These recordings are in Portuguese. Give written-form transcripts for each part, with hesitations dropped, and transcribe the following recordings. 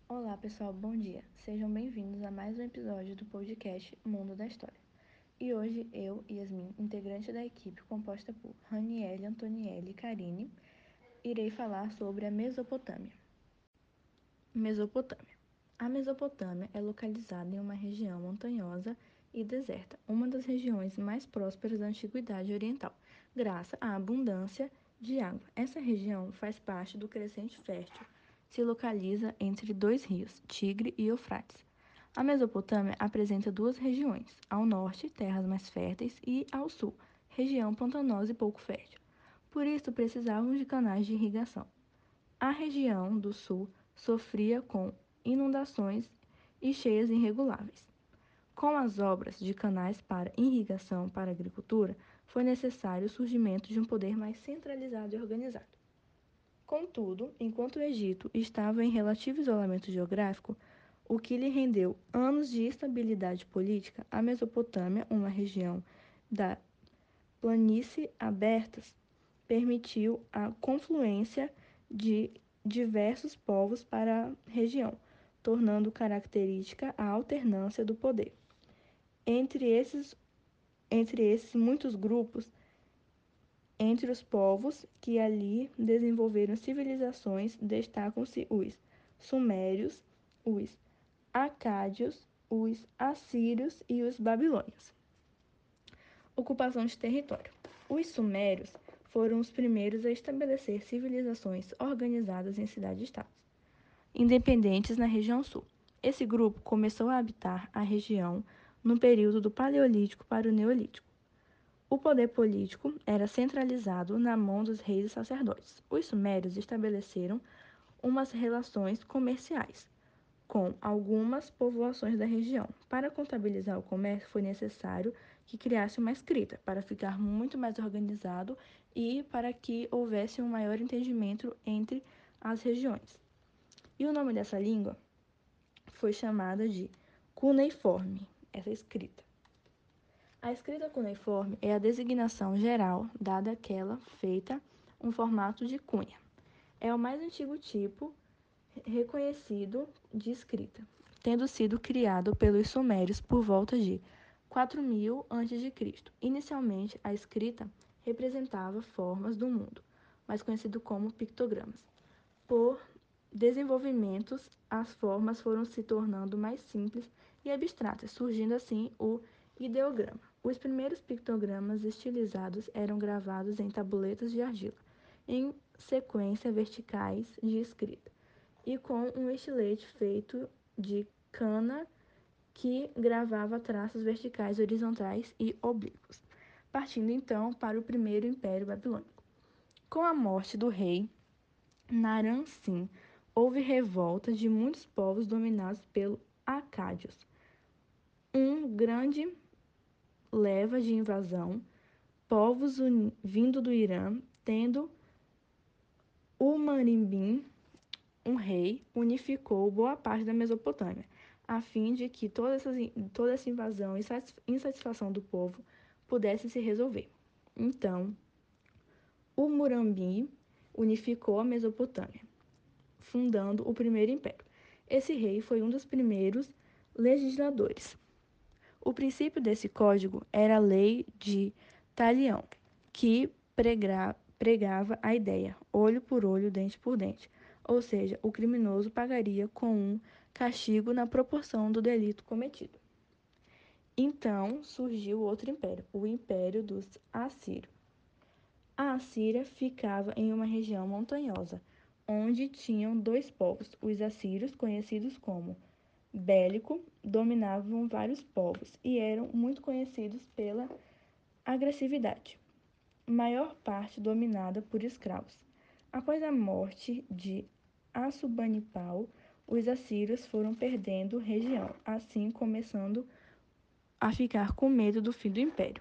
Olá, pessoal, bom dia. Sejam bem-vindos a mais um episódio do podcast Mundo da História. E hoje eu, Yasmin, integrante da equipe composta por Raniele, Antonielle e Karine, irei falar sobre a Mesopotâmia. Mesopotâmia. A Mesopotâmia é localizada em uma região montanhosa e deserta, uma das regiões mais prósperas da Antiguidade Oriental, graças à abundância de água. Essa região faz parte do Crescente Fértil, se localiza entre dois rios, Tigre e Eufrates. A Mesopotâmia apresenta duas regiões, ao norte, terras mais férteis, e ao sul, região pantanosa e pouco fértil. Por isso, precisavam de canais de irrigação. A região do sul sofria com inundações e cheias irreguláveis. Com as obras de canais para irrigação para a agricultura, foi necessário o surgimento de um poder mais centralizado e organizado. Contudo, enquanto o Egito estava em relativo isolamento geográfico, o que lhe rendeu anos de estabilidade política, a Mesopotâmia, uma região da planície abertas, permitiu a confluência de diversos povos para a região, tornando característica a alternância do poder. Entre esses muitos grupos, entre os povos que ali desenvolveram civilizações, destacam-se os sumérios, os acádios, os assírios e os babilônios. Ocupação de território. Os sumérios foram os primeiros a estabelecer civilizações organizadas em cidades-estados, independentes na região sul. Esse grupo começou a habitar a região no período do Paleolítico para o Neolítico. O poder político era centralizado na mão dos reis e sacerdotes. Os sumérios estabeleceram umas relações comerciais com algumas povoações da região. Para contabilizar o comércio, foi necessário que criasse uma escrita, para ficar muito mais organizado e para que houvesse um maior entendimento entre as regiões. E o nome dessa língua foi chamada de cuneiforme, essa escrita. A escrita cuneiforme é a designação geral dada àquela feita um formato de cunha. É o mais antigo tipo reconhecido de escrita, tendo sido criado pelos sumérios por volta de 4000 a.C. Inicialmente, a escrita representava formas do mundo, mais conhecido como pictogramas. Por desenvolvimentos, as formas foram se tornando mais simples e abstratas, surgindo assim o ideograma. Os primeiros pictogramas estilizados eram gravados em tabuletas de argila, em sequência verticais de escrita, e com um estilete feito de cana que gravava traços verticais, horizontais e oblíquos, partindo então para o primeiro Império Babilônico. Com a morte do rei Naram-Sin, houve revolta de muitos povos dominados pelos acádios. Um grande leva de invasão, povos vindo do Irã, tendo Umarimbim, um rei, unificou boa parte da Mesopotâmia, a fim de que toda essa invasão e insatisfação do povo pudesse se resolver. Então, o Murambi unificou a Mesopotâmia, fundando o primeiro império. Esse rei foi um dos primeiros legisladores. O princípio desse código era a lei de Talião, que pregava a ideia olho por olho, dente por dente, ou seja, o criminoso pagaria com um castigo na proporção do delito cometido. Então surgiu outro império, o Império dos Assírios. A Assíria ficava em uma região montanhosa, onde tinham dois povos. Os assírios, conhecidos como bélico, dominavam vários povos e eram muito conhecidos pela agressividade, maior parte dominada por escravos. Após a morte de Assurbanipal, os assírios foram perdendo região, assim começando a ficar com medo do fim do império.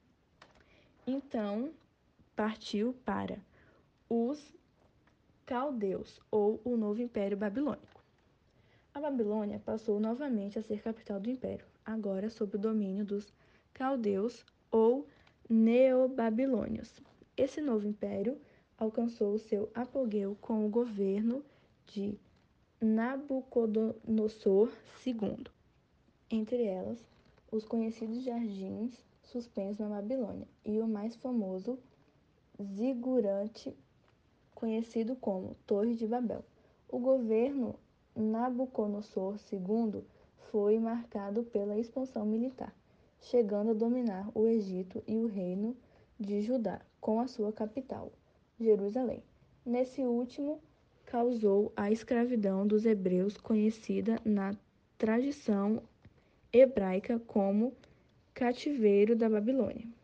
Então, partiu para os caldeus, ou o novo Império Babilônico. A Babilônia passou novamente a ser capital do império, agora sob o domínio dos caldeus ou neobabilônios. Esse novo império alcançou seu apogeu com o governo de Nabucodonosor II. Entre elas, os conhecidos jardins suspensos na Babilônia e o mais famoso, zigurate, conhecido como Torre de Babel. O governo Nabucodonosor II foi marcado pela expansão militar, chegando a dominar o Egito e o reino de Judá, com a sua capital, Jerusalém. Nesse último, causou a escravidão dos hebreus, conhecida na tradição hebraica como cativeiro da Babilônia.